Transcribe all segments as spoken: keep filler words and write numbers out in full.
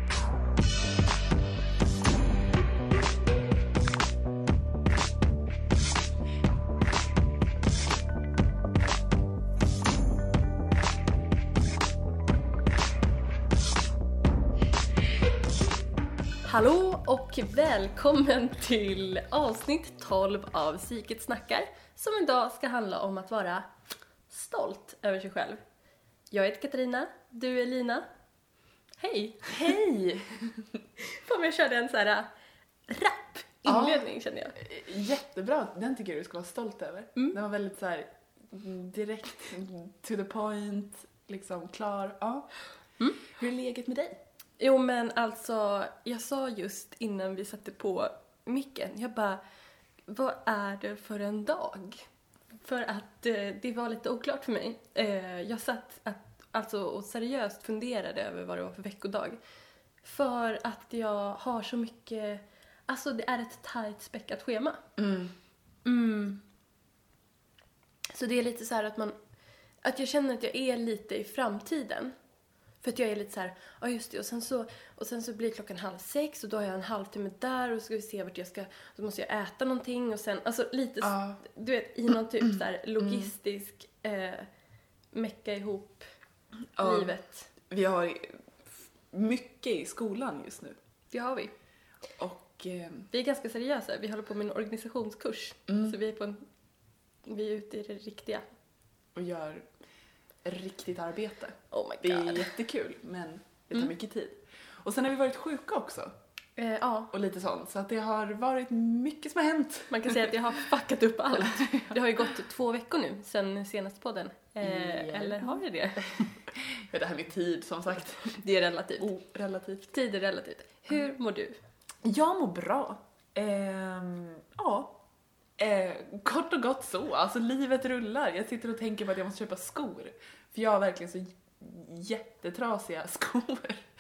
Hallå och välkommen till avsnitt tolv av Psyket snackar, som idag ska handla om att vara stolt över sig själv. Jag heter Katarina, du är Lina. Hej! Hej! Fan, jag körde en så här rapp inledning, ja, känner jag. Jättebra, den tycker jag du ska vara stolt över. Mm. Den var väldigt så här direkt, to the point, liksom klar. Ja. Mm. Hur är läget med dig? Jo, men alltså, jag sa just innan vi satte på micken, jag bara, vad är det för en dag? För att eh, det var lite oklart för mig. Eh, jag satt att, alltså, och seriöst funderade över vad det var för veckodag. För att jag har så mycket, alltså det är ett tajt späckat schema. Mm. Mm. Så det är lite så här att man, att jag känner att jag är lite i framtiden. För att jag är lite så här, ja just det, och sen så, och sen så blir klockan halv sex och då har jag en halvtimme där och så ska vi se vart jag ska, så måste jag äta någonting och sen, alltså lite, uh. du vet, i någon typ så här logistisk, eh, mecka ihop uh. livet. Vi har mycket i skolan just nu. Det har vi. Och eh... vi är ganska seriösa, vi håller på med en organisationskurs, mm. så vi är på en, vi är ute i det riktiga. Och gör riktigt arbete. Oh my God. God. Det är jättekul, men det tar mm. mycket tid. Och sen har vi varit sjuka också. Eh, ja. Och lite sånt. Så att det har varit mycket som har hänt. Man kan säga att jag har fuckat upp allt. Det har ju gått två veckor nu sen senaste podden. Eh, yeah. Eller har vi det? Ja, det här med tid, som sagt. Det är relativt. Oh, relativt. Tid är relativt. Hur mår du? Jag mår bra. Ehm, ja. Eh, kort och gott så. Alltså livet rullar. Jag sitter och tänker på att jag måste köpa skor. För jag har verkligen så jättetrasiga skor.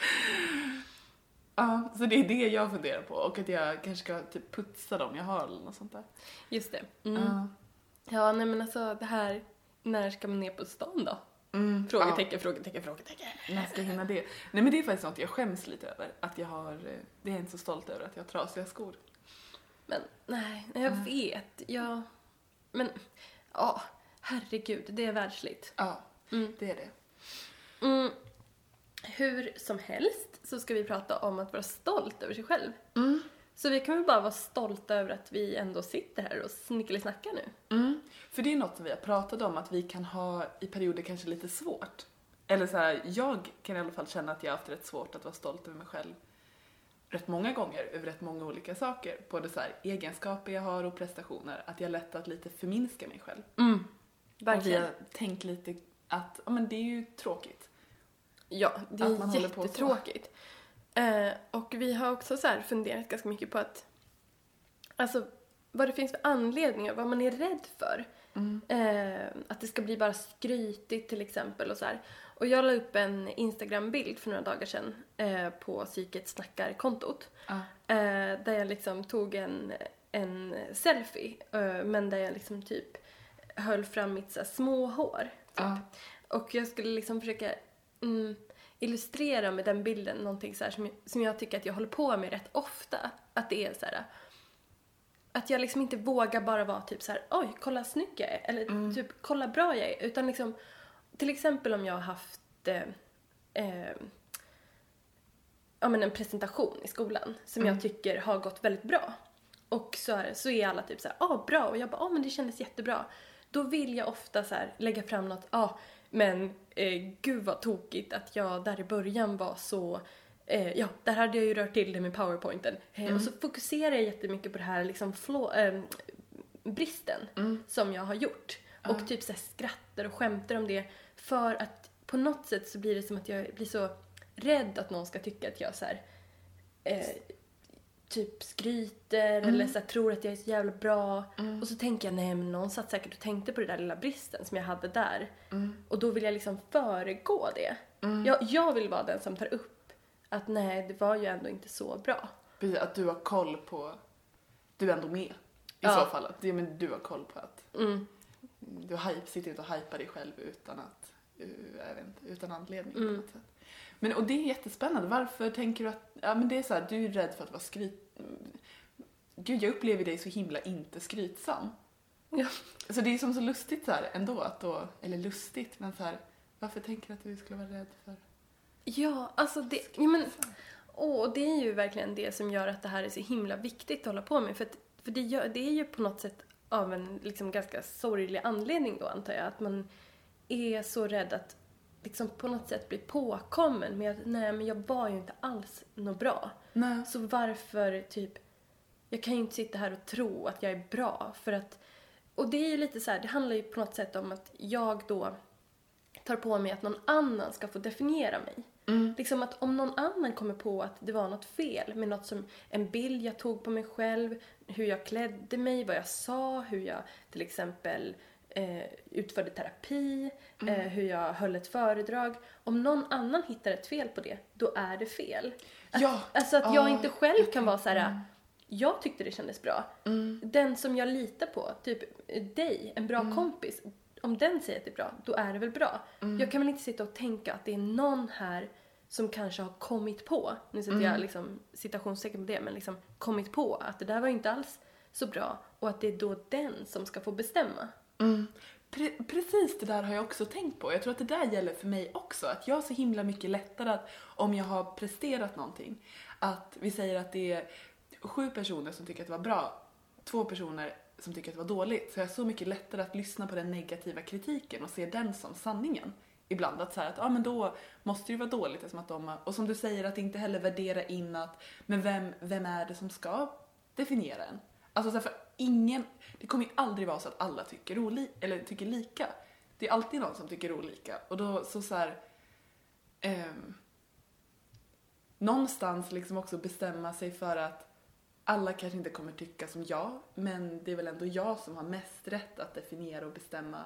Ja, så det är det jag funderar på. Och att jag kanske ska typ putsa dem jag har eller något sånt där. Just det. Mm. Uh. Ja, nej men alltså det här, när ska man ner på stan då? Mm. Frågetecken, ja. frågetecken, frågetecken. När ska jag hinna det? Nej, men det är faktiskt något jag skäms lite över. Att jag har, det är jag inte så stolt över att jag har trasiga skor. Men nej, jag uh. vet. Jag, men ja, herregud, det är världsligt. Ja, mm. det är det. Mm. Hur som helst så ska vi prata om att vara stolt över sig själv. Mm. Så vi kan väl bara vara stolta över att vi ändå sitter här och snickelsnackar nu. Mm. För det är något som vi har pratat om, att vi kan ha i perioder kanske lite svårt. Eller så här, jag kan i alla fall känna att jag har haft rätt svårt att vara stolt över mig själv rätt många gånger, över rätt många olika saker. Både så här, egenskaper jag har och prestationer. Att jag lätt att lite förminska mig själv. Mm. Verkligen. Och vi har tänkt lite att ja, men det är ju tråkigt. Ja, det är jättetråkigt. Eh, och vi har också så här funderat ganska mycket på att, alltså, vad det finns för anledningar, vad man är rädd för. Mm. Eh, att det ska bli bara skrytigt till exempel och så här. Och jag la upp en Instagram-bild för några dagar sedan eh, på Psyket snackar-kontot. Ah. Eh, där jag liksom tog en, en selfie, eh, men där jag liksom typ höll fram mitt så här, små hår. Typ. Ah. Och jag skulle liksom försöka mm, illustrera med den bilden någonting så här som, jag, som jag tycker att jag håller på med rätt ofta. Att det är så här, att jag liksom inte vågar bara vara typ så här, oj, kolla snygg jag är. Eller mm. typ, kolla bra jag är. Utan liksom, till exempel om jag har haft eh, eh, ja, men en presentation i skolan som mm. jag tycker har gått väldigt bra. Och så är, så är alla typ så här, ja, ah, bra. Och jag bara, ja, ah, men det kändes jättebra. Då vill jag ofta så här lägga fram något, ja, ah, men eh, gud vad tokigt att jag där i början var så, eh, ja, där hade jag ju rört till det med powerpointen. Eh, mm. Och så fokuserar jag jättemycket på det här liksom flå, eh, bristen mm. som jag har gjort. Och uh. typ så här skrattar och skämtar om det. För att på något sätt så blir det som att jag blir så rädd att någon ska tycka att jag så här, eh, typ skryter mm. eller så här, tror att jag är så jävla bra. Mm. Och så tänker jag, nej men någon satt säkert och tänkte på det där lilla bristen som jag hade där. Mm. Och då vill jag liksom föregå det. Mm. Jag, jag vill vara den som tar upp att nej, det var ju ändå inte så bra. Att du har koll på, du är ändå med i ja. så fall. Att, ja, men du har koll på att mm. du hype, sitter inte och hypar dig själv utan att, jag vet inte, utan anledning mm. på något sätt. Men och det är jättespännande. Varför tänker du att, ja men det är så här, du är rädd för att vara skryt... Gud, jag upplever dig så himla inte skrytsam. Ja. Så det är som så lustigt så här ändå att då, eller lustigt, men så här, varför tänker du att du skulle vara rädd för? Ja, alltså det, ja, men, åh, det är ju verkligen det som gör att det här är så himla viktigt att hålla på med. För, att, för det, gör, det är ju på något sätt av en liksom ganska sorglig anledning då, antar jag. Att man är så rädd att liksom på något sätt bli påkommen med att nej, men jag var ju inte alls något bra. Nej. Så varför typ, jag kan ju inte sitta här och tro att jag är bra. För att, och det är ju lite så här, det handlar ju på något sätt om att jag då tar på mig att någon annan ska få definiera mig. Mm. Liksom att om någon annan kommer på att det var något fel med något som en bild jag tog på mig själv, hur jag klädde mig, vad jag sa, hur jag till exempel eh, utförde terapi, mm. eh, hur jag höll ett föredrag. Om någon annan hittar ett fel på det, då är det fel. Att, Ja. Alltså att ja, jag inte själv jag kan vara så här. mm. Jag tyckte det kändes bra. Mm. Den som jag litar på, typ dig, en bra Mm. kompis, om den säger att det är bra, då är det väl bra. Mm. Jag kan väl inte sitta och tänka att det är någon här som kanske har kommit på, nu sätter Mm. jag liksom citationstecken på det, men liksom kommit på att det där var inte alls så bra och att det är då den som ska få bestämma. Mm. Pre- precis det där har jag också tänkt på. Jag tror att det där gäller för mig också. Att jag har så himla mycket lättare att om jag har presterat någonting, att vi säger att det är sju personer som tycker att det var bra, två personer som tycker att det var dåligt, så jag har så mycket lättare att lyssna på den negativa kritiken och se den som sanningen. Ibland att så här att, ja men då måste det ju vara dåligt eftersom att de har, och som du säger att inte heller värdera in att, men vem, vem är det som ska definiera en? Alltså så här, för ingen, det kommer ju aldrig vara så att alla tycker oli, eller tycker lika. Det är alltid någon som tycker olika och då så så här, ehm, någonstans liksom också bestämma sig för att alla kanske inte kommer tycka som jag, men det är väl ändå jag som har mest rätt att definiera och bestämma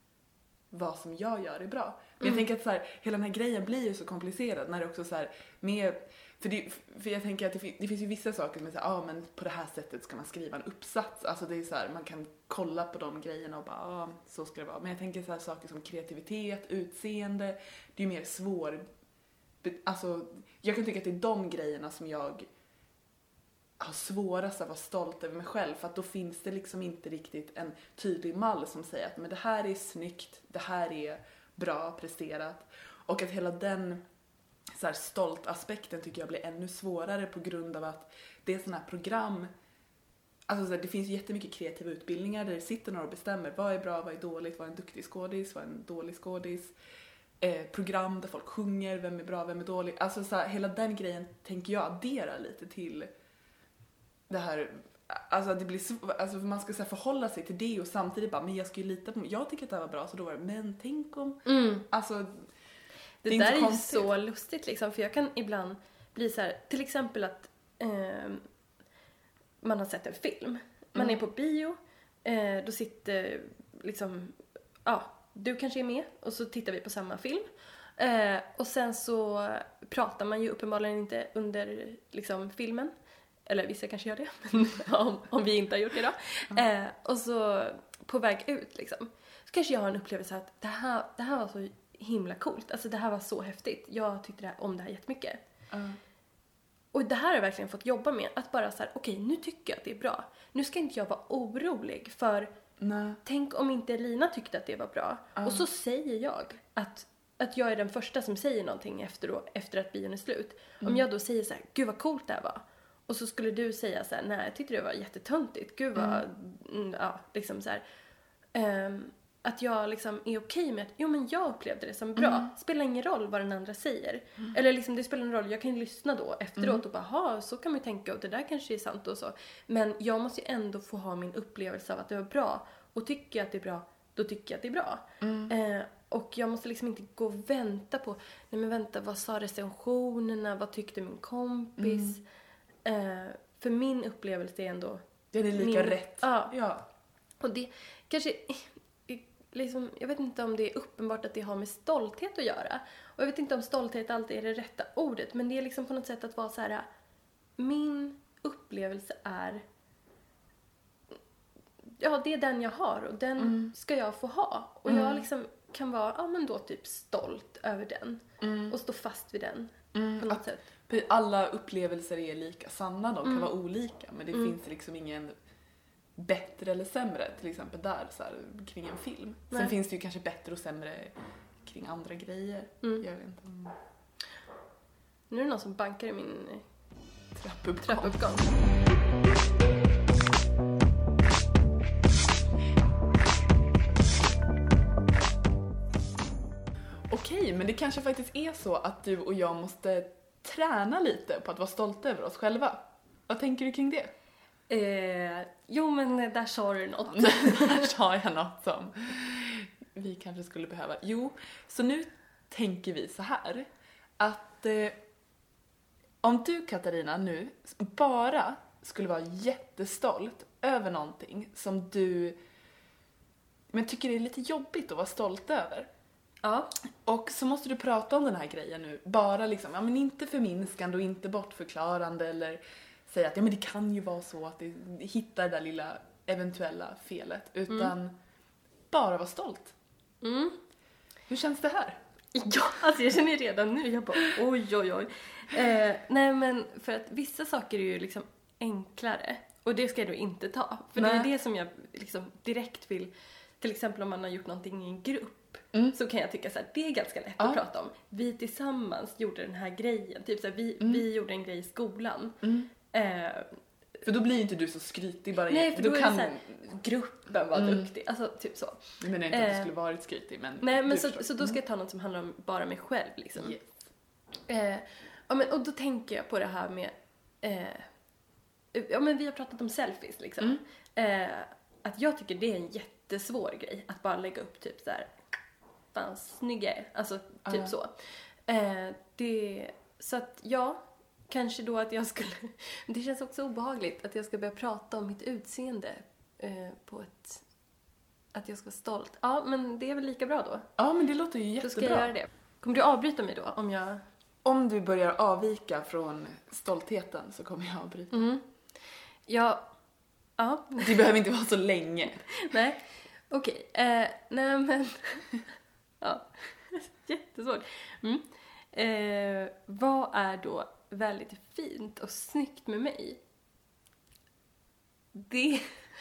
vad som jag gör är bra. Men Mm. jag tänker att så här, hela den här grejen blir ju så komplicerad när det också så här, med, för, det, för jag tänker att det, fin- det finns ju vissa saker som är så här, ah, men på det här sättet ska man skriva en uppsats. Alltså det är så här, man kan kolla på de grejerna och bara, ja, ah, så ska det vara. Men jag tänker så här saker som kreativitet, utseende, det är ju mer svår, alltså jag kan tycka att det är de grejerna som jag har svårast att vara stolt över mig själv, för att då finns det liksom inte riktigt en tydlig mall som säger att men det här är snyggt, det här är bra presterat, och att hela den så här stolt aspekten tycker jag blir ännu svårare på grund av att det är sådana här program, alltså så här, det finns jättemycket kreativa utbildningar där det sitter några och bestämmer vad är bra, vad är dåligt, vad är en duktig skådis, vad är en dålig skådis, eh, program där folk sjunger, vem är bra, vem är dålig, alltså så här, hela den grejen tänker jag addera lite till det här, alltså det blir sv- alltså man ska så här förhålla sig till det och samtidigt bara, men jag ska ju lita på mig. Jag tycker att det här var bra, så då var det, men tänk om, Mm. alltså Det, det är där inte är ju konstigt. så lustigt liksom, för jag kan ibland bli så här, till exempel att eh, man har sett en film, man Mm. är på bio, eh, då sitter liksom, ja, du kanske är med och så tittar vi på samma film. Eh, och sen så pratar man ju uppenbarligen inte under liksom filmen. Eller vissa kanske gör det, men om, om vi inte har gjort det då. Eh, och så på väg ut liksom, så kanske jag har en upplevelse att det här, det här var så himla coolt. Alltså det här var så häftigt. Jag tyckte det här, om det här jättemycket. Mm. Och det här har jag verkligen fått jobba med. Att bara så här, okej, nu tycker jag att det är bra. Nu ska inte jag vara orolig för, Nej. tänk om inte Lina tyckte att det var bra. Ja. Och så säger jag att, att jag är den första som säger någonting efter, då, efter att bion är slut. Mm. Om jag då säger så här, gud vad coolt det här var. Och så skulle du säga så här, nej jag tyckte det var jättetöntigt. Gud vad, mm, ja, liksom så här. Ehm, att jag liksom är okej med att, jo men jag upplevde det som bra. Mm. Spelar ingen roll vad den andra säger. Mm. Eller liksom det spelar ingen roll, jag kan ju lyssna då efteråt Mm. och bara, ha så kan man ju tänka och det där kanske är sant och så. Men jag måste ju ändå få ha min upplevelse av att det var bra. Och tycker jag att det är bra, då tycker jag att det är bra. Mm. Eh, och jag måste liksom inte gå och vänta på, nej men vänta, vad sa recensionerna, vad tyckte min kompis? Eh, för min upplevelse är ändå Det är lika min, rätt. Ja. Ja. Och det kanske, liksom, jag vet inte om det är uppenbart att det har med stolthet att göra. Och jag vet inte om stolthet alltid är det rätta ordet, men det är liksom på något sätt att vara så här, min upplevelse är, ja det är den jag har och den Mm. ska jag få ha. Och Mm. jag liksom kan vara, ja men då typ stolt över den. Mm. Och stå fast vid den Mm. på något Att sätt. alla upplevelser är lika sanna, de kan Mm. vara olika. Men det Mm. finns liksom ingen bättre eller sämre, till exempel där så här, kring en film. Sen Nej. finns det ju kanske bättre och sämre kring andra grejer. Mm. Jag vet inte. Mm. Nu är det någon som bankar i min Trappuppgång. trappuppgång. Okej, men det kanske faktiskt är så att du och jag måste träna lite på att vara stolta över oss själva. Vad tänker du kring det? Eh, jo men där sa du något. Där sa jag något som vi kanske skulle behöva. Jo, så nu tänker vi så här att eh, om du, Katarina, nu bara skulle vara jättestolt över någonting som du men tycker det är lite jobbigt att vara stolt över. Ja. Och så måste du prata om den här grejen nu. Bara liksom, ja men inte förminskande och inte bortförklarande eller säga att ja men det kan ju vara så att det hittar det där lilla eventuella felet. Utan Mm. bara vara stolt. Mm. Hur känns det här? Ja, alltså jag känner redan nu, jag bara oj oj oj. Eh, nej men för att vissa saker är ju liksom enklare. Och det ska jag då inte ta. För Nej. det är det som jag liksom direkt vill, till exempel om man har gjort någonting i en grupp. Mm. Så kan jag tycka så här, det är ganska lätt Ja. att prata om. Vi tillsammans gjorde den här grejen. Typ så här, vi, Mm. vi gjorde en grej i skolan. Mm. Eh, För då blir ju inte du så skrytig bara. nej, för då, är kan... det så här, gruppen var Mm. duktig. Alltså typ så. Jag menar inte att du Eh. skulle varit skrytig, men Nej, men du så, förstår. så då ska jag ta något som handlar om bara mig själv liksom. Yes. Eh, ja, men, och då tänker jag på det här med, eh, ja men vi har pratat om selfies liksom. Mm. Eh, att jag tycker det är en jättesvår grej att bara lägga upp typ så här, fan snygg jag är. Alltså typ Ja. så. Eh, det, så att ja, kanske då att jag skulle, det känns också obehagligt att jag ska börja prata om mitt utseende eh, på ett, att jag ska vara stolt. Ja, men det är väl lika bra då. Ja, men det låter ju Då jättebra. ska jag göra det. Kommer du avbryta mig då om jag... Om du börjar avvika från stoltheten så kommer jag avbryta. Mm. Ja. Ja. Det behöver inte vara så länge. Nej. Okej. Eh, nej men... ja. Jättesvårt. Mm. Eh, vad är då väldigt fint och snyggt med mig? Det...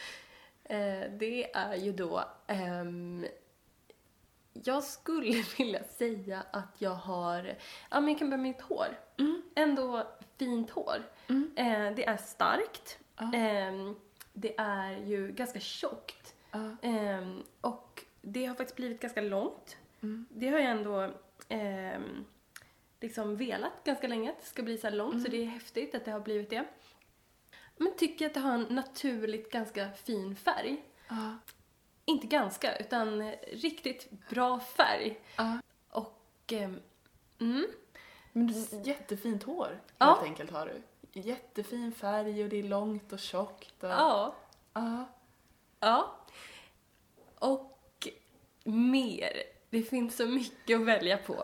Eh, det är ju då... ehm, jag skulle vilja säga att jag har... Ja, men jag kan börja med mitt hår. Mm. Ändå fint hår. Mm. Eh, det är starkt. Ja. Ehm, det är ju ganska tjockt. Ja. Ehm, och det har faktiskt blivit ganska långt. Mm. Det har jag ändå ehm, liksom velat ganska länge att det ska bli så här långt. Mm. Så det är häftigt att det har blivit det. Men tycker att det har en naturligt ganska fin färg. Ja. Inte ganska, utan eh, riktigt bra färg. Ja. Och... ehm, mm. Men du, jättefint hår, Ja. helt enkelt har du. Jättefin färg och det är långt och tjockt. Och... Ja. Ja. Ja. Och mer. Det finns så mycket att välja på.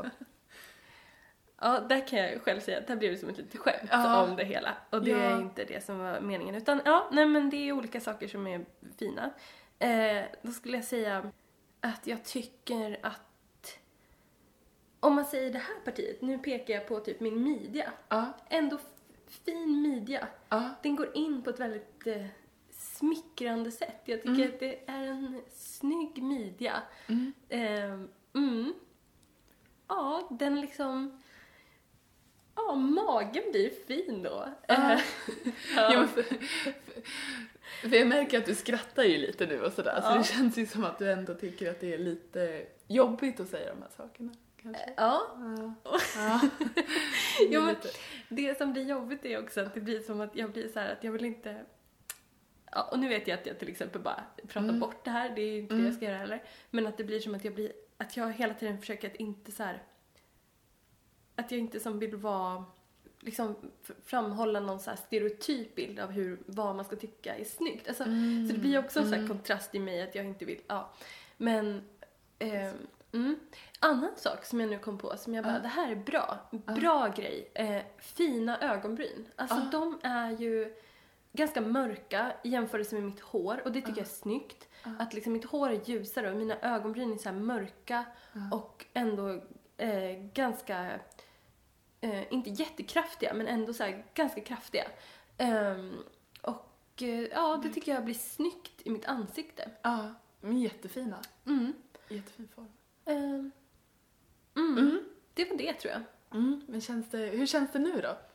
Ja, där kan jag själv säga att det här blev det som ett litet skämt Ja. om det hela. Och det Ja. är inte det som var meningen. Utan ja, nej men det är olika saker som är fina. Eh, då skulle jag säga att jag tycker att om man säger det här partiet, nu pekar jag på typ min midja. Ja. Ändå f- fin midja. Ja. Den går in på ett väldigt eh, smickrande sätt. Jag tycker Mm. att det är en snygg midja. Mm. Eh, mm. Ja, den liksom... Ja, magen blir fin då. Ja. Eh, Ja, ja. men för, för, för jag märker att du skrattar ju lite nu och sådär. Så Ja. det känns ju som att du ändå tycker att det är lite jobbigt att säga de här sakerna. Kanske. ja. Ja. Ja. Jo, men Lite. det som blir jobbigt är också att det blir som att jag blir så här att jag vill inte... Ja, och nu vet jag att jag till exempel bara pratar Mm. bort det här. Det är ju inte Mm. det jag ska göra heller. Men att det blir som att jag blir... Att jag hela tiden försöker att inte så här... Att jag inte som vill vara... Liksom f- framhålla någon så här stereotyp bild av hur, vad man ska tycka är snyggt. Alltså, Mm. Så det blir ju också en sån här Mm. kontrast i mig att jag inte vill... Ja. Men... Eh, mm. Annan sak som jag nu kom på som jag bara, Ja. det här är bra. Bra grej. Eh, fina ögonbryn. Alltså Ja. de är ju ganska mörka i jämförelse med mitt hår. Och det tycker uh. jag är snyggt. Uh. Att liksom mitt hår är ljusare och mina ögonbryn är så här mörka. Uh. Och ändå eh, ganska, eh, inte jättekraftiga, men ändå så här ganska kraftiga. Um, och eh, ja, det tycker jag blir snyggt i mitt ansikte. Ja, men jättefina. Mm. Jättefin form. Um, mm. Mm. Det var det, tror jag. Mm. Men känns det, hur känns det nu då?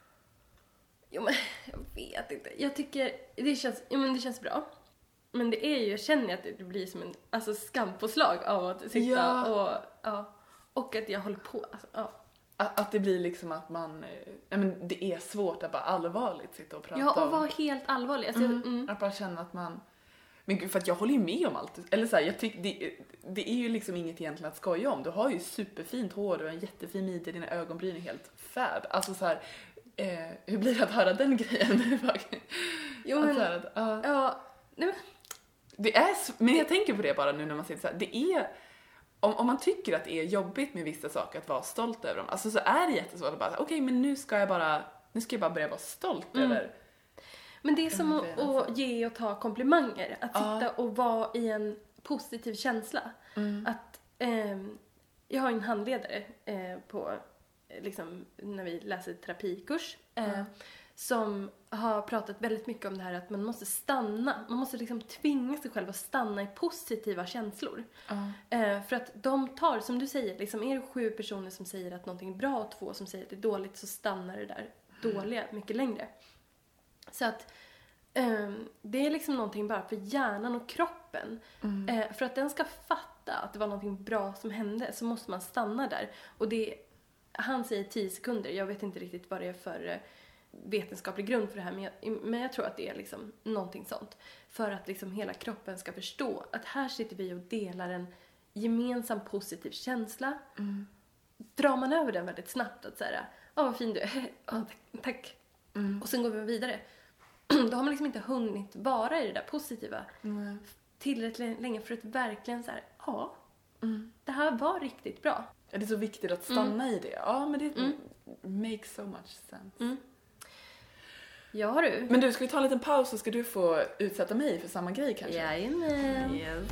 Jo, men jag vet inte. Jag tycker det känns, jo, men det känns bra. Men det är ju, jag känner att det blir som en alltså, skampåslag av att sitta ja. och ja, och att jag håller på. Alltså, ja. Att, att det blir liksom att man, nej men det är svårt att bara allvarligt sitta och prata. Ja, och om. vara helt allvarlig. Alltså, mm. jag, mm. Att bara känna att man, men gud, för att jag håller ju med om allt. Eller så här, jag tycker det, det är ju liksom inget egentligen att skoja om. Du har ju superfint hår, du har en jättefin midja, dina ögonbryn är helt fab. Alltså så här, eh, hur blir det att höra den grejen? Jo, men, att, att, uh, ja, nej men. Det är, men jag tänker på det bara nu när man sitter så här, det är, om, om man tycker att det är jobbigt med vissa saker att vara stolt över dem, alltså så är det jättesvårt att bara, okej, okay, men nu ska jag bara, nu ska jag bara börja vara stolt mm. över. Men det är som att, att ge och ta komplimanger, att sitta ja. och vara i en positiv känsla. Mm. Att, eh, jag har en handledare eh, på, liksom, när vi läser terapikurs, eh, mm. som har pratat väldigt mycket om det här att man måste stanna. Man måste liksom tvinga sig själv att stanna i positiva känslor. Mm. Eh, för att de tar, som du säger, liksom, är det sju personer som säger att någonting är bra och två som säger att det är dåligt, så stannar det där dåliga mycket längre. Så att eh, det är liksom någonting bara för hjärnan och kroppen. Mm. Eh, för att den ska fatta att det var någonting bra som hände, så måste man stanna där. Och det, han säger tio sekunder, jag vet inte riktigt vad det är för eh, vetenskaplig grund för det här, men jag, men jag tror att det är liksom någonting sånt. För att liksom hela kroppen ska förstå att här sitter vi och delar en gemensam positiv känsla. Mm. Drar man över den väldigt snabbt att säga, ja, vad fin du är, ja, tack. Mm. Och sen går vi vidare. Då har man liksom inte hunnit vara i det där positiva mm. tillräckligt länge för att verkligen så här, ja, mm. det här var riktigt bra. Är det så viktigt att stanna mm. i det? Ja, men det mm. makes so much sense. Mm. Ja, du. Men du, ska vi ta en liten paus så ska du få utsätta mig för samma grej kanske? Jajamän. Yes.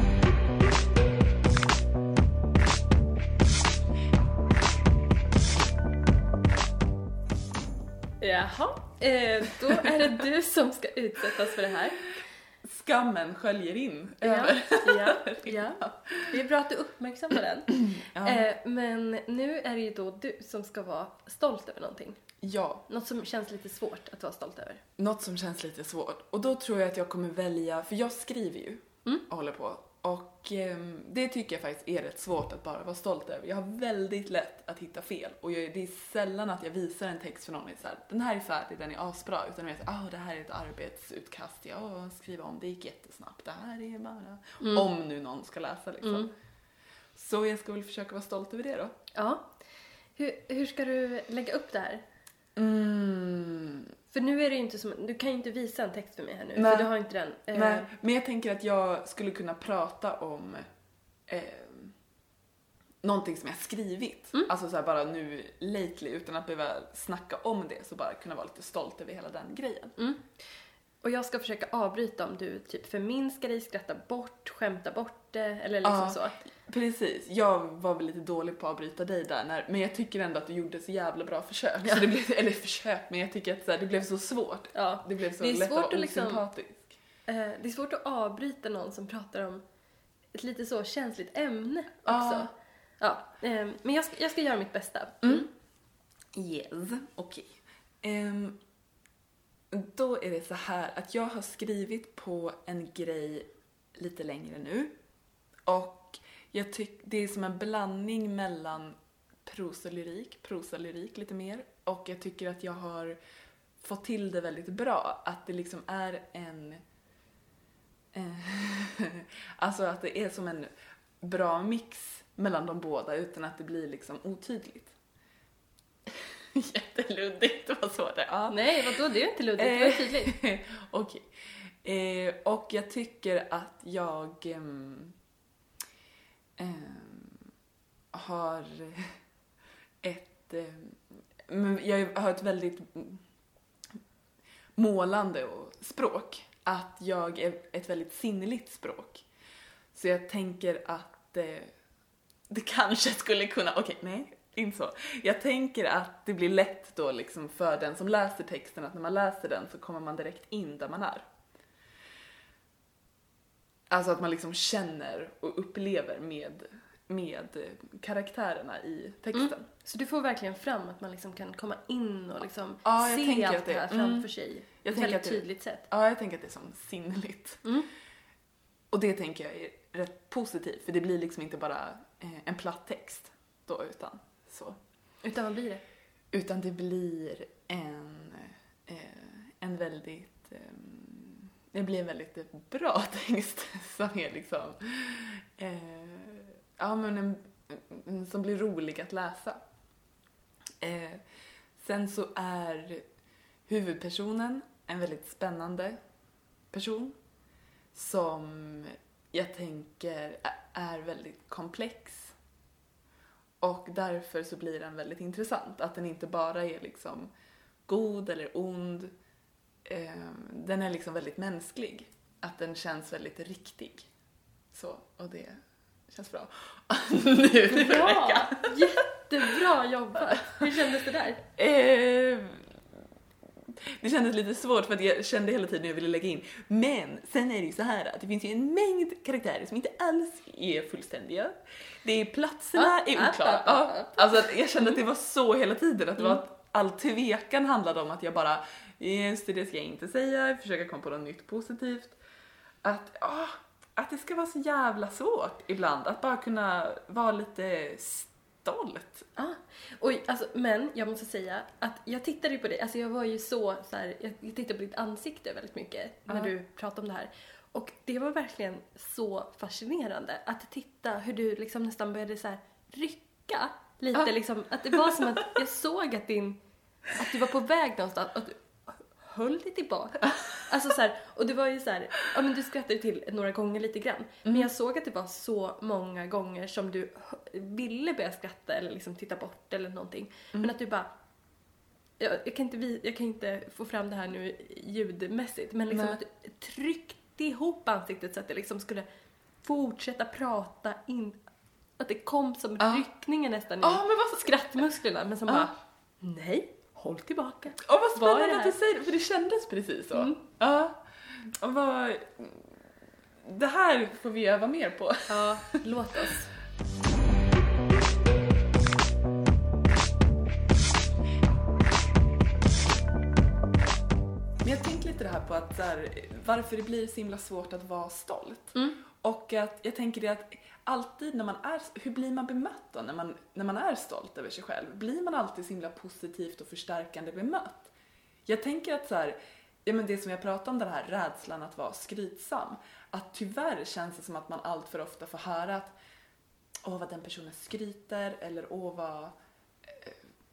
Jaha, eh, då är det du som ska utsättas för det här. Skammen sköljer in ja, över. Ja, ja. Det är bra att du uppmärksammar den. Ja. Eh, men nu är det ju då du som ska vara stolt över någonting. Ja. Något som känns lite svårt att vara stolt över. Något som känns lite svårt. Och då tror jag att jag kommer välja, för jag skriver ju mm. och håller på. Och eh, det tycker jag faktiskt är rätt svårt att bara vara stolt över. Jag har väldigt lätt att hitta fel. Och jag, det är sällan att jag visar en text för någon och är så här, den här är färdig, den är asbra. Utan jag vet, ah, det här är ett arbetsutkast. Jag skriver om, det gick jättesnabbt. Det här är bara, mm. om nu någon ska läsa liksom. Mm. Så jag ska väl försöka vara stolt över det då. Ja. Hur, hur ska du lägga upp det här? Mm. För nu är det ju inte som, du kan ju inte visa en text för mig här nu. Nej. För du har inte den. Eh... Nej, men jag tänker att jag skulle kunna prata om eh, någonting som jag skrivit. Mm. Alltså så här bara nu lately, utan att behöva snacka om det, så bara kunna vara lite stolt över hela den grejen. Mm. Och jag ska försöka avbryta om du typ förminskar dig, skrattar bort, skämtar bort det, eller liksom ja, så. Precis. Jag var väl lite dålig på att avbryta dig där, när, men jag tycker ändå att du gjorde så jävla bra försök. Ja. Så det blev, eller försök, men jag tycker att så här, det blev så svårt. Ja. Det blev så det är lätt svårt och att liksom, osympatisk. Eh, det är svårt att avbryta någon som pratar om ett lite så känsligt ämne också. Ja. Ja, eh, men jag ska, jag ska göra mitt bästa. Mm. Mm. Yes, okej. Okay. Um, Då är det så här att jag har skrivit på en grej lite längre nu. Och jag tycker det är som en blandning mellan prosalyrik, prosalyrik lite mer. Och jag tycker att jag har fått till det väldigt bra. Att det liksom är en... alltså att det är som en bra mix mellan de båda utan att det blir liksom otydligt. Jätteluddigt, vad så det. Ja. Nej, vadå? Det är inte luddigt, det var tydligt. Okej. Eh, och jag tycker att jag eh, eh, har ett... Eh, jag har ett väldigt målande och språk att jag är ett väldigt sinnligt språk. Så jag tänker att eh, det kanske skulle kunna, okej, okay, nej, inte så. Jag tänker att det blir lätt då liksom för den som läser texten, att när man läser den så kommer man direkt in där man är. Alltså att man liksom känner och upplever med, med karaktärerna i texten. Mm. Så du får verkligen fram att man liksom kan komma in och liksom ja, se allt det här mm, framför sig på ett väldigt tydligt sätt. Ja, jag tänker att det är som sinnligt. Mm. Och det tänker jag är rätt positivt, för det blir liksom inte bara eh, en platt text då, utan så. Utan vad blir det? Utan det blir en, eh, en väldigt, eh, det blir en väldigt bra text som är liksom, eh, ja men en, en, som blir rolig att läsa. Eh, sen så är huvudpersonen en väldigt spännande person som jag tänker är väldigt komplex. Och därför så blir den väldigt intressant. Att den inte bara är liksom god eller ond. Eh, den är liksom väldigt mänsklig. Att den känns väldigt riktig. Så, och det känns bra. Nu bra! Jättebra jobbat! Hur kändes det där? Eh, det kändes lite svårt för att jag kände hela tiden när jag ville lägga in. Men sen är det ju så här att det finns ju en mängd karaktärer som inte alls är fullständiga. Det är platserna ah, är oklara. Ah, ah, ah, ah. Alltså att jag kände att det var så hela tiden. Att det var att all tvekan handlade om att jag bara, just det, det ska jag inte säga. Försöka komma på något nytt positivt. Att, ah, att det ska vara så jävla svårt ibland. Att bara kunna vara lite stolt. Ah. Och, alltså, men jag måste säga att jag tittade ju på dig. Alltså jag var ju så, så här, jag tittade på ditt ansikte väldigt mycket när ah. du pratade om det här. Och det var verkligen så fascinerande att titta hur du liksom nästan började så här rycka lite. Ah. Liksom, att det var som att jag såg att, din, att du var på väg någonstans. Att du höll dig tillbaka. Alltså så här, och det var ju så här, ja men du skrattade till några gånger lite grann. Mm. Men jag såg att det var så många gånger som du ville börja skratta eller liksom titta bort eller någonting. Mm. Men att du bara, jag, jag, kan inte, jag kan inte få fram det här nu ljudmässigt, men liksom Nej. Att du tryckte ihop ansiktet så att det liksom skulle fortsätta prata in, att det kom som ah. ryckningen nästan i ah, men vad... skrattmusklerna, men som ah. bara, nej. Håll tillbaka. Åh, vad spännande att du säger det, för det kändes precis så. Mm. Ja. Och vad... Det här får vi öva mer på. Ja, låt oss. Men jag tänkte lite det här på att så här, varför det blir så himla svårt att vara stolt. Mm. Och att jag tänker det att alltid när man är, hur blir man bemött då när man, när man är stolt över sig själv? Blir man alltid så himla positivt och förstärkande bemött? Jag tänker att så här, ja men det som jag pratade om, den här rädslan att vara skrytsam, att tyvärr känns det som att man allt för ofta får höra att åh vad den personen skryter, eller åh vad eh,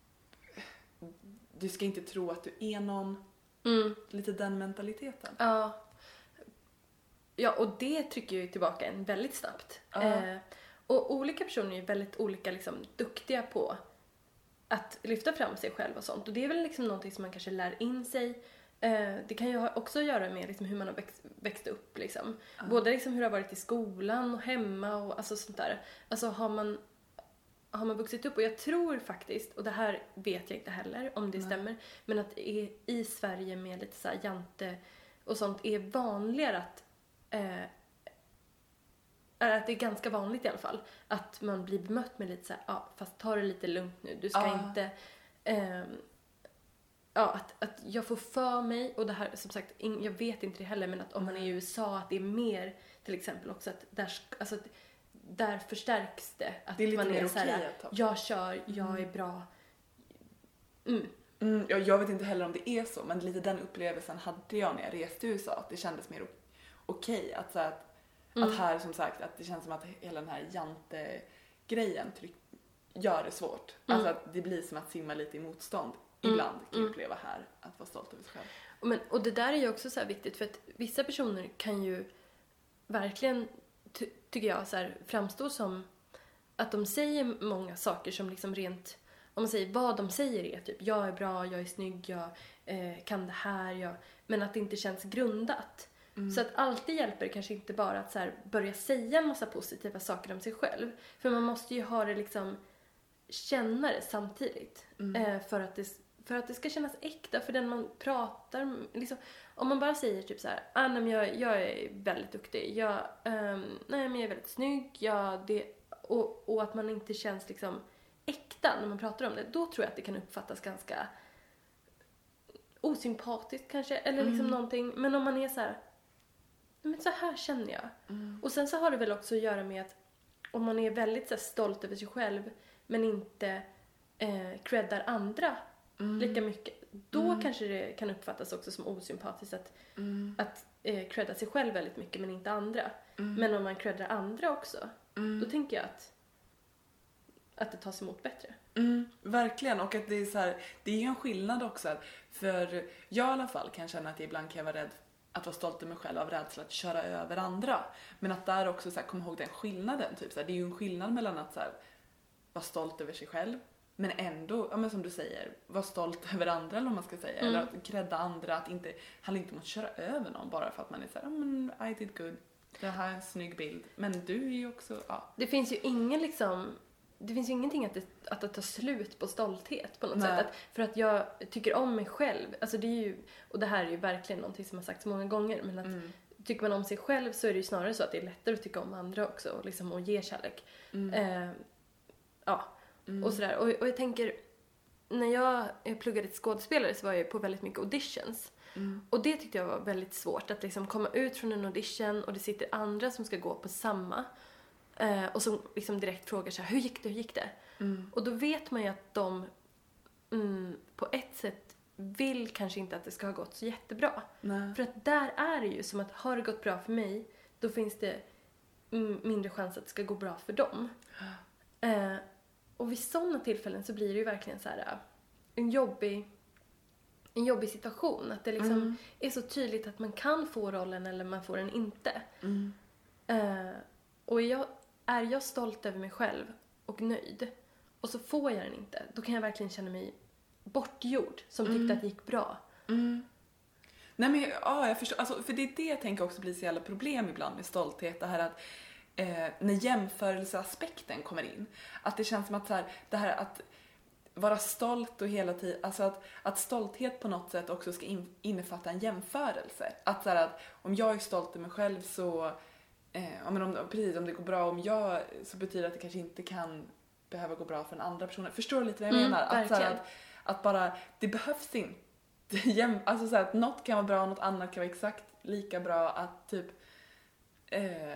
du ska inte tro att du är någon. Mm. Lite den mentaliteten. Ja. Ja, och det trycker ju tillbaka en väldigt snabbt. Uh. Eh, och olika personer är ju väldigt olika liksom, duktiga på att lyfta fram sig själv och sånt. Och det är väl liksom någonting som man kanske lär in sig. Eh, det kan ju också göra med liksom, hur man har växt, växt upp. Liksom. Uh. Både liksom, hur det har varit i skolan och hemma och alltså, sånt där. Alltså har man, har man vuxit upp, och jag tror faktiskt, och det här vet jag inte heller om det Nej. stämmer, men att i, i Sverige med lite så här jante och sånt är vanligare att Eh, är att det är ganska vanligt i alla fall att man blir bemött med lite så här, ja fast ta det lite lugnt nu, du ska ah. inte eh, ja att, att jag får för mig, och det här som sagt in, jag vet inte det heller, men att om man är i U S A att det är mer till exempel också att där, alltså att där förstärks det att det är lite man är mer så här, okej, jag kör, jag mm. är bra. Mm. Mm, jag, jag vet inte heller om det är så, men lite den upplevelsen hade jag när jag reste till U S A, att det kändes mer okej okay, att, så att, mm. att här som sagt att det känns som att hela den här jante-grejen tryck, gör det svårt. Mm. Alltså att det blir som att simma lite i motstånd. Mm. Ibland kan jag uppleva här att vara stolt över sig själv. Men, och det där är ju också så här viktigt, för att vissa personer kan ju verkligen, ty- tycker jag, så här, framstå som att de säger många saker som liksom rent om man säger vad de säger är typ jag är bra, jag är snygg, jag eh, kan det här, jag, men att det inte känns grundat. Mm. Så att alltid hjälper kanske inte bara att så här, börja säga en massa positiva saker om sig själv. För man måste ju ha det liksom, känna det samtidigt. Mm. Eh, för, att det, för att det ska kännas äkta för den man pratar liksom. Om man bara säger typ så här, ah, nej, men jag, jag är väldigt duktig, jag, um, nej men jag är väldigt snygg, jag, det, och, och att man inte känns liksom äkta när man pratar om det, då tror jag att det kan uppfattas ganska osympatiskt kanske, eller liksom mm. någonting. Men om man är så här, men så här känner jag. Mm. Och sen så har det väl också att göra med att om man är väldigt så här, stolt över sig själv men inte eh, creddar andra mm. lika mycket, då mm. kanske det kan uppfattas också som osympatiskt att, mm. att eh, credda sig själv väldigt mycket men inte andra. Mm. Men om man creddar andra också, mm. då tänker jag att att det tas emot bättre. Mm, verkligen, och att det är så här, det är ju en skillnad också, för jag i alla fall kan känna att jag ibland kan vara rädd att vara stolt över mig själv av rädsla att köra över andra, men att där också så här, komma ihåg den skillnaden typ så här, det är ju en skillnad mellan att så här, vara stolt över sig själv men ändå, ja men som du säger, vara stolt över andra eller vad man ska säga, mm. eller att credda andra, att inte handla inte om att köra över någon bara för att man är så här, men I did good, det här är en snygg bild, men du är ju också, ja. Det finns ju ingen liksom Det finns ju ingenting att det, att det tar slut på stolthet på något Nej. sätt. Att, för att jag tycker om mig själv. Alltså det är ju, och det här är ju verkligen någonting som har sagts många gånger. Men att mm. tycker man om sig själv så är det ju snarare så att det är lättare att tycka om andra också. Och, liksom, och ge kärlek. Mm. Eh, ja, mm. och sådär. Och, och jag tänker, när jag, jag pluggade till skådespelare så var jag på väldigt mycket auditions. Mm. Och det tyckte jag var väldigt svårt. Att liksom komma ut från en audition och det sitter andra som ska gå på samma. Uh, och som liksom direkt frågar så här, hur gick det, hur gick det? Mm. Och då vet man ju att de mm, på ett sätt vill kanske inte att det ska ha gått så jättebra. Nej. För att där är det ju som att har det gått bra för mig, då finns det mm, mindre chans att det ska gå bra för dem. Uh, och vid sådana tillfällen så blir det ju verkligen så här uh, en jobbig en jobbig situation. Att det liksom mm. är så tydligt att man kan få rollen eller man får den inte. Mm. Uh, och jag är jag stolt över mig själv och nöjd och så får jag den inte, då kan jag verkligen känna mig bortgjord som tyckte mm. att det gick bra. Mm. Nej men ja, jag förstår, alltså, för det är det jag tänker också blir så jävla problem ibland med stolthet, det här att eh, när jämförelseaspekten kommer in, att det känns som att så här, det här att vara stolt och hela tiden, alltså att, att stolthet på något sätt också ska in, innefatta en jämförelse, att så här, att om jag är stolt över mig själv så Eh, ja, men om, precis, om det går bra om jag, så betyder det att det kanske inte kan behöva gå bra för en andra person. Förstår du lite vad jag mm, menar? Att, så här, att, att bara, det behövs inte jäm, alltså så här, att något kan vara bra och något annat kan vara exakt lika bra, att typ eh,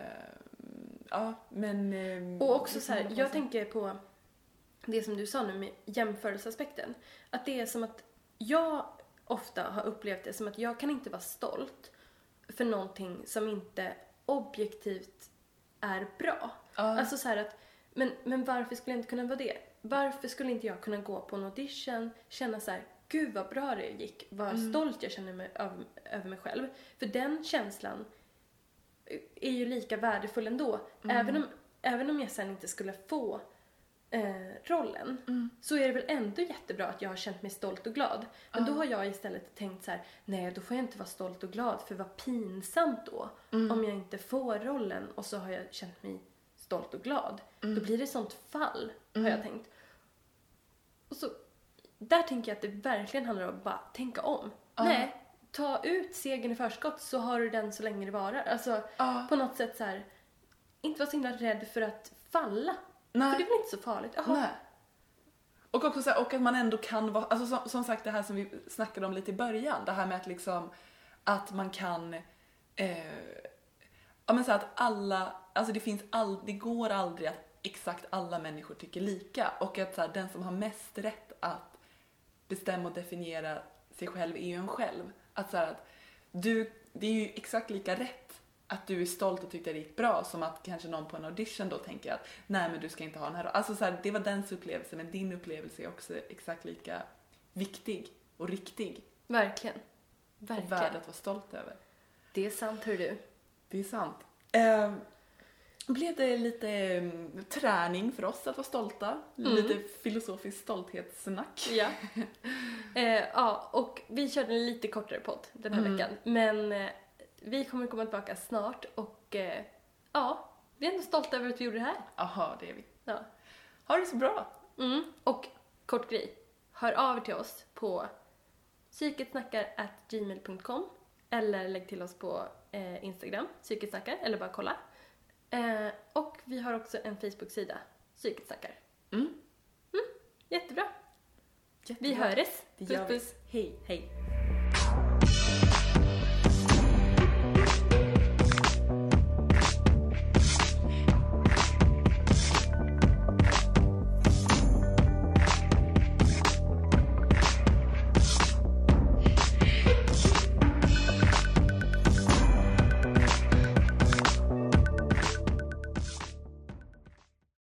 ja men eh, och också så här, jag tänker på det som du sa nu med jämförelseaspekten, att det är som att jag ofta har upplevt det som att jag kan inte vara stolt för någonting som inte objektivt är bra. Uh. Alltså så här att, men, men varför skulle jag inte kunna vara det? Varför skulle inte jag kunna gå på en audition, känna så här, gud vad bra det gick, vad mm. stolt jag känner mig över, över mig själv. För den känslan är ju lika värdefull ändå. Mm. Även, om, även om jag sen inte skulle få eh, rollen, mm. så är det väl ändå jättebra att jag har känt mig stolt och glad. Men uh. då har jag istället tänkt så här, nej då får jag inte vara stolt och glad, för vad pinsamt då mm. om jag inte får rollen och så har jag känt mig stolt och glad. Mm. Då blir det sånt fall, mm. har jag tänkt. Och så, där tänker jag att det verkligen handlar om att bara tänka om. Uh. Nej, ta ut segern i förskott så har du den så länge det varar. Alltså uh. på något sätt så här, inte vara så himla rädd för att falla. Nej. För det är väl inte så farligt. Jaha. Nej. Och också så här, och att man ändå kan vara, alltså som, som sagt det här som vi snackade om lite i början, det här med att liksom att man kan eh, ja men så att alla, alltså det finns all, det går aldrig att exakt alla människor tycker lika, och att så här, den som har mest rätt att bestämma och definiera sig själv är ju en själv. Att så här, att du, det är ju exakt lika rätt att du är stolt och tyckte det gick bra som att kanske någon på en audition då tänker att nej men du ska inte ha den här. Alltså så här, det var dens upplevelse, men din upplevelse är också exakt lika viktig och riktig. Verkligen. Verkligen. Och värd att vara stolt över. Det är sant, hör du. Det är sant. Eh, blev det lite um, träning för oss att vara stolta. Mm. Lite filosofisk stolthetssnack. Ja. eh, ja, och vi körde en lite kortare podd den här Mm. veckan. Men eh, vi kommer komma tillbaka snart och eh, ja, vi är ändå stolta över att vi gjorde det här. Jaha, det är vi. Ja. Ha det så bra! Mm. Och kort grej, hör av er till oss på psyketsnackar at gmail dot com eller lägg till oss på eh, Instagram, psyketsnackar, eller bara kolla. Eh, och vi har också en Facebook-sida, psyketsnackar. Mm. Jättebra. Jättebra. Vi hörs. Det Puss gör vi. puss. Hej. Hej!